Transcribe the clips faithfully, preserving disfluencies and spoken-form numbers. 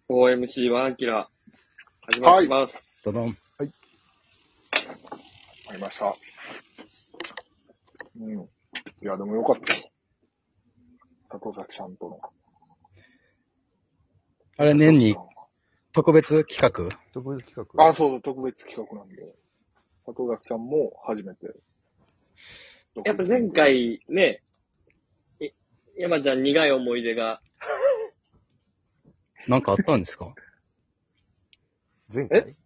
オーエムシー ワンアキラ、始まってます。 どどん。 はい。ありました。うん。いや、でもよかったよ。里崎さんとの。 あれ、年に特別企画特別企画あ、そうそう、特別企画なんで。里崎さんも初めて。 やっぱ前回ね、山ちゃん苦い思い出が。 なんかあったんですか？ 前回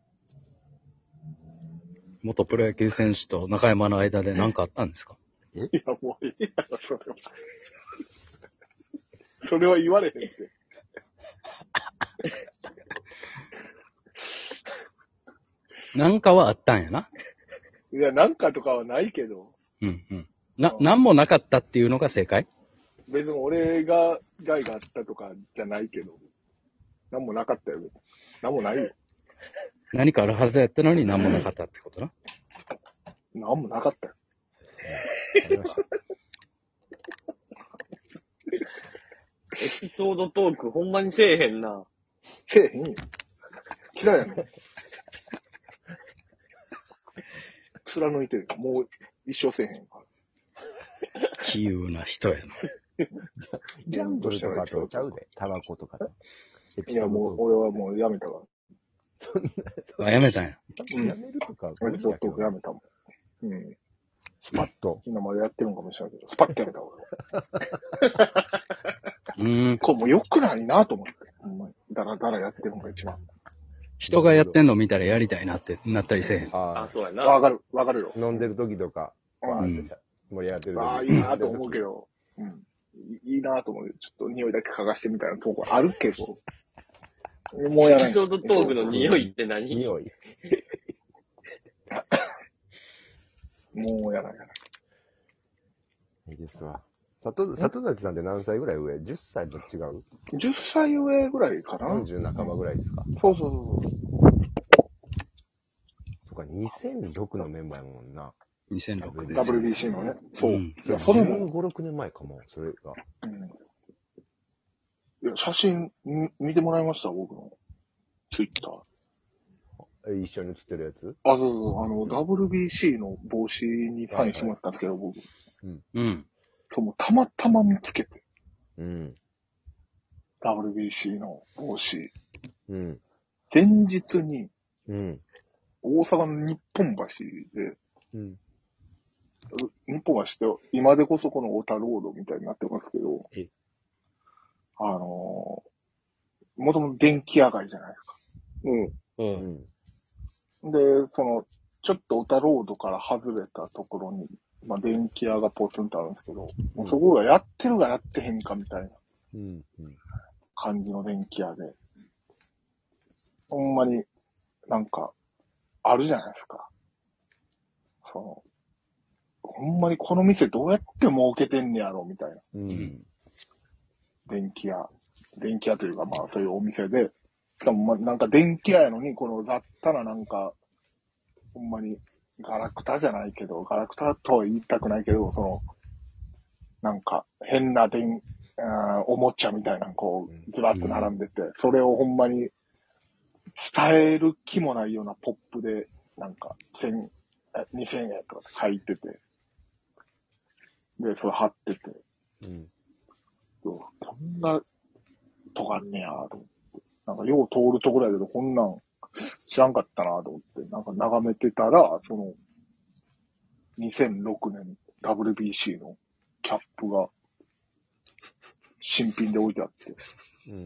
元プロ野球選手と中山の間で何かあったんですか？ いや、もういいやろ、それは。それは言われへんって。 なんかはあったんやな。 いや、なんかとかはないけど。 うんうん。な、なんもなかったっていうのが正解？ 別に俺が害があったとかじゃないけど。なんもなかったよ。なんもないよ。 何かあるはずやったのに何もなかったってことな。 なんもなかったよ。 ありました。 エピソードトークほんまにせえへんな。 せえへんよ。嫌いやねん。貫いてる。もう一生せえへんから。 器用な人やな。 ギャンブルとかとちゃうで。タバコとかと。 いや、もう、俺はもうやめたわ。 あ、やめたんや。 うんやめるとか、 エピソードトークやめたもん。うん。 スパッと。 今までやってるのかもしれないけど、スパッてやめたわ。 うーん。 これもう良くないなと思って。ほんまに。だらだらやってるのが一番。 人がやってんの見たらやりたいなってなったりせえへん。 あ、 あそうやな。 わかる、わかるよ。 飲んでる時とか、わーってさ盛り上がってる時。 ああ、いいなと思うけど、うん。いいいなと思う。ちょっと匂いだけ嗅がしてみたいなとこあるけど、もうやらない。 エピソードトークの匂いって何？ 匂い。 もうやらないやらない。 いいですわ。里、里崎さんって何歳ぐらい上 ?じゅっ 歳と違う？ じゅっさい上ぐらいかな。 よんじゅう半ばぐらいですか？ そうそうそう。 そっか、にせんろくのメンバーやもんな。 にせんろくです。 ダブリュービーシー のね。そう。 うんいや、それも。 じゅうご、ろくねんまえかも、それが。 うん。いや、写真見見てもらいました、僕の。ツイッター。 え、一緒に写ってるやつ？ あ、そうそう、あの、ダブリュービーシー の帽子にサインしてもらったんですけど、僕。 うん。 そう、もうたまたま見つけて。 うん。 ダブリュービーシー の帽子。 うん。 前日に、 うん。 大阪の日本橋で、 うん。 日本橋って今でこそこのオタロードみたいになってますけどえ、 あのー、もともと電気屋街じゃないですか。 うん。う。 うんん。 で、その、ちょっとオタロードから外れたところに、まあ、電気屋がポツンとあるんですけど、もうそこがやってるかやってへんかみたいなうん。うん。 感じの電気屋で、ほんまになんか、あるじゃないですか。その、ほんまにこの店どうやって儲けてんねやろみたいな。 うん。 電気屋。電気屋というか、まあそういうお店で、しかもまあなんか電気屋やのに、この雑多ななんか、ほんまにガラクタじゃないけど、ガラクタとは言いたくないけど、その、なんか変な電、あーおもちゃみたいなのこう、ずらっと並んでて、それをほんまに伝える気もないようなポップで、なんか、千、にせんえんとかって書いてて、で、それ貼ってて、 うん。 こんなとこあんねやと思って。なんかよう通るところやけど、こんなん知らんかったなと思って、なんか眺めてたら、その、にせんろくねん ダブリュービーシー のキャップが新品で置いてあって、 うん。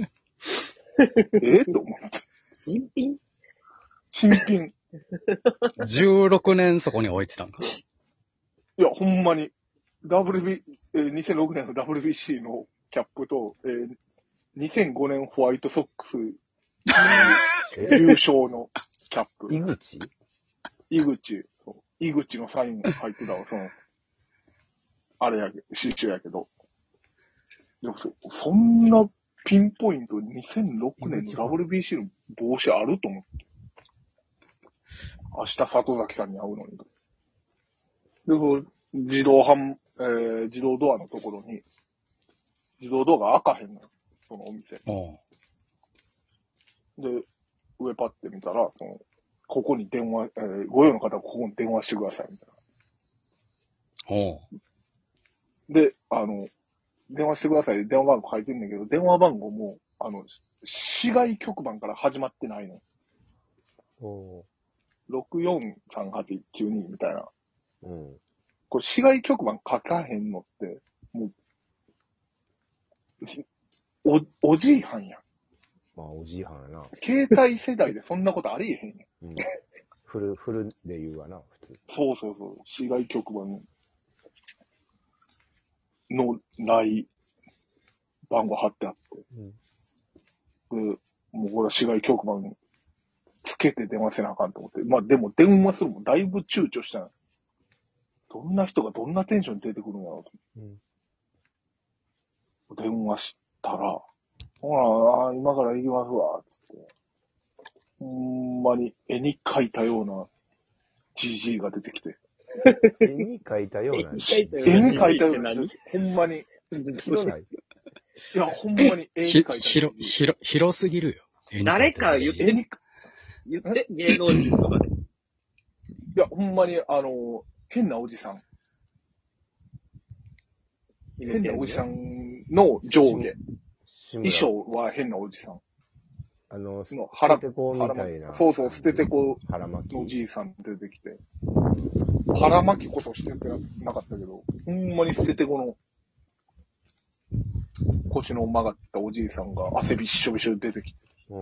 えと思って。 新品？ 新品。 じゅうろくねんそこに置いてたんか。 いや、ほんまに、ダブリュービー、えー、にせんろくねんの ダブリュービーシー のキャップと、えー、にせんごねんホワイトソックス優勝のキャップ。 井口井口、井口のサインが入ってたわ、その、あれやけど、刺繍やけど。でもそ、そんなピンポイントにせんろくねんの ダブリュービーシー の帽子あると思って。明日里崎さんに会うのに。で、こう自動販、えー、自動ドアのところに、自動ドアが開かへんのよ、そのお店。 おうで、上パッて見たら、その、ここに電話、えー、ご用の方はここに電話してください、みたいほう。 な。で、あの、電話してください、電話番号書いてるんだけど、電話番号も、あの、市外局番から始まってないの。 おろくよんさんはちきゅうにみたいな。 うん。 これ、市外局番書かへんのって、もう、お、おじいはんやん。 まあ、おじいはんやな。 携帯世代でそんなことありえへんやん。 うん。フル、フルで言うわな、普通。 そうそうそう。市外局番のない番号貼ってあって。 うん。 で、もうこれは市外局番つけて電話せなあかんと思って。まあでも電話するもんだいぶ躊躇したの。どんな人がどんなテンションで出てくるんやろうと。 うん。 電話したら、ほら、今から行きますわ、つって。ほんまに絵に描いたようなジジイが出てきて。 絵に描いたような。 絵に描いたよう絵なに描いたような何ほんまに。 広ない。 いや、ほんまに絵にひ描いたジジイ。 広、広、広すぎるよ。 誰か言って絵に、い言って、芸能人とかで。 や、ほんまに、あの、変なおじさん。変なおじさんの上下。衣装は変なおじさん。 あの、捨の腹ててこみたいな。 そうそう、捨ててこ腹巻き。 のじいさん出てきて。腹巻きこそしてなかったけど、ほんまに捨ててこの腰の曲がったおじいさんが汗びっしょびしょで出てきて。 うん。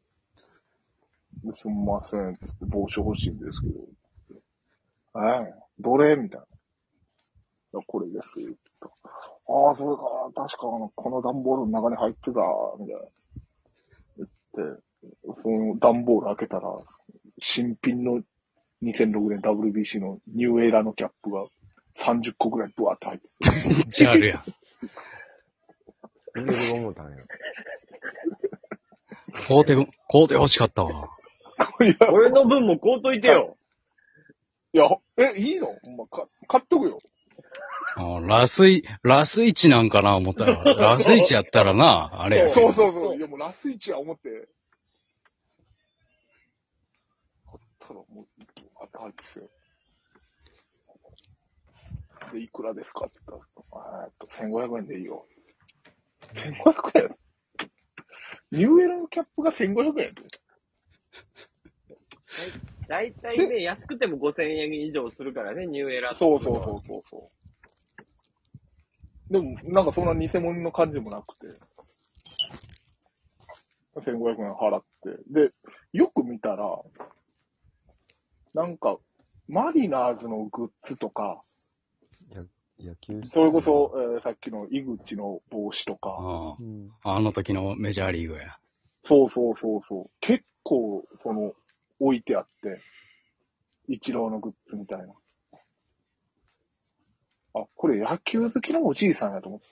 ですんません、つって帽子欲しいんですけど。ええ、どれみたいな。いや、これです。って言った。ああ、それか、確かあの、この段ボールの中に入ってた、みたいな。言って、その段ボール開けたら、新品のにせんろくねん ダブリュービーシー のニューエラのキャップがさんじゅっこぐらいブワーって入ってて。 めっちゃあるやん。 入れる思ったんや。 買うて、買うて欲しかったわ。 いや、 俺の分も買うといてよ。 いや、え、いいのほんま、か、買っとくよ。 あラスイ、ラスイチなんかな思ったら、ラスイチやったらな、あれや。 そうそうそう。いや、もうラスイチは思って。あったらもう、あって入ってきて。で、いくらですかって言ったら、えーっと、せんごひゃくえんでいいよ。せんごひゃくえんニューエラのキャップがせんごひゃくえんだいたいね、安くてもごせんえん以上するからね、ニューエラー。 そうそうそうそうそう。でも、なんかそんな偽物の感じもなくて。せんごひゃくえん払って。で、よく見たら、なんか、マリナーズのグッズとか、 や野球それこそ、えーさっきの井口の帽子とか、 あうん。 ああの時のメジャーリーグや。 そうそうそうそう。結構、その、置いてあって、一郎のグッズみたいな。あ、これ野球好きのおじいさんやと思って、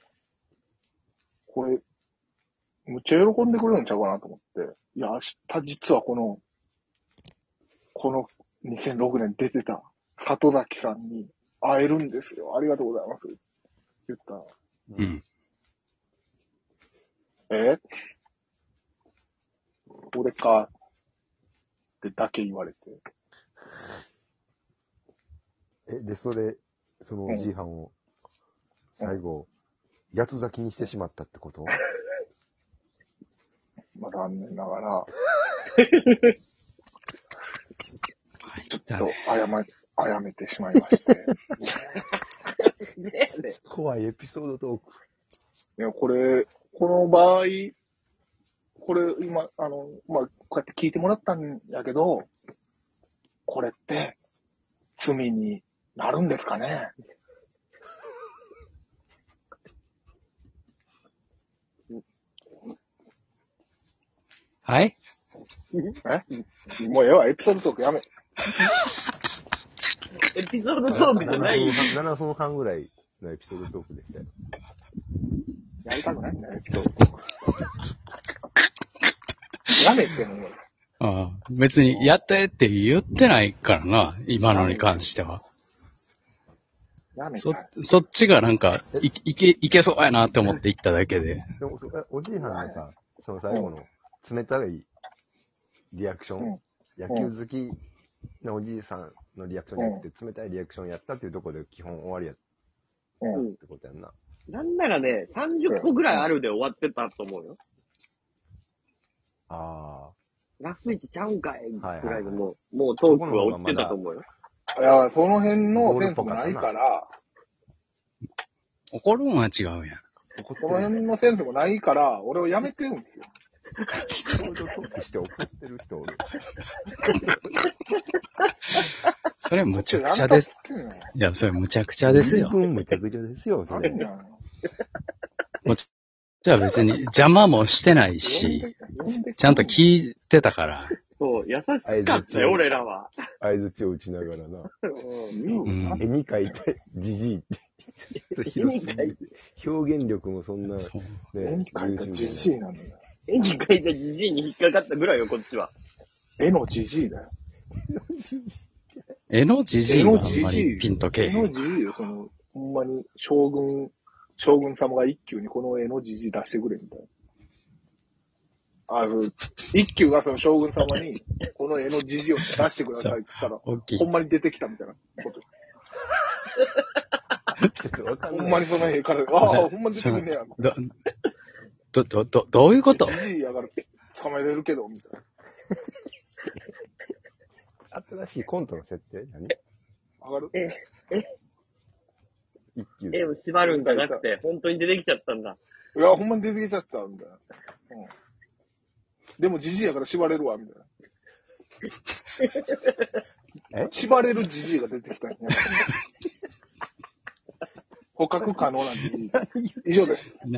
これ、むっちゃ喜んでくれるんちゃうかなと思って、いや、明日実はこの、このにせんろくねん出てた里崎さんに会えるんですよ。ありがとうございます。言ったら、 うん。 え俺か、ってだけ言われて。 え、で、それ、そのおじいはんを、最後、八つ咲きにしてしまったってこと？ まあ残念ながら、ちょっと謝め、謝めてしまいまして。 ねえね怖いエピソードトーク。 いや、これ、この場合、これ今、あの、まあ、こうやって聞いてもらったんやけど、これって、罪になるんですかね？ はいえもうええわ、エピソードトークやめ。 エピソードトークじゃないよ。 ななふんはんぐらいのエピソードトークでしたよ。 やりたくないんだよ、エピソードトーク。やめてもう。 ああ別にやってって言ってないからな、今のに関しては。 やめて。 そ、そっちがなんか、い、いけ、いけそうやなって思って言っただけで。 でも、そえおじいはんのさ、その最後の冷たいリアクション、 うん野球好きのおじいさんのリアクションじゃなくて、冷たいリアクションやったっていうところで基本終わりやっうん。 ってことやんな。 なんならね、さんじゅっこぐらいあるで終わってたと思うよ。 あラスイチちゃうんかいぐはいはいらいのもう、もうトークは落ちてたと思うよ。 いや、その辺のセンスもないから、 怒るんは違うやん。 あ。怒ってその辺のセンスもないから、俺をやめてるんですよ。 ちょうどトークして怒ってる人おる。 それむちゃくちゃです。いや、それむちゃくちゃですよ。 十分むちゃくちゃですよ、それ。 何やもうじゃあ別に邪魔もしてないし、ちゃんと聞いてたから。 そう、優しかったよ、俺らは。 相槌を打ちながらな。 うん言ううんな。 絵に描いて、じじいって。ちょっと広すぎて。表現力もそんな、ね、 そう。 絵に描いたジジイなんだよ。 絵に描いたジジイに引っかかったぐらいよ、こっちは。 絵のジジイだよ。 絵のじじいはあんまりピンとけえ絵のへん。 ジジイよ、その、ほんまに将軍、将軍様が一級にこの絵のジジイ出してくれみたいな。あの、一級がその将軍様に、この絵のジジイを出してくださいって言ったら、 大きいほん。まに出てきたみたいなこと。 ちょっとわかんほない。 んまにその絵から、ああ、ほんまに出てくんねや。 ど、ど、ど、ど、どういうこと？ ジジイやから捕まえれるけど、みたいな。 新しいコントの設定何上がるえ、え、 一級。 絵を縛るんじゃなくて、本当に出てきちゃったんだ。 いや、ほんまに出てきちゃった、みたいな。うん。でも、ジジイやから縛れるわ、みたいな。 え縛れるジジイが出てきたんや。捕獲可能なジジイ。以上です。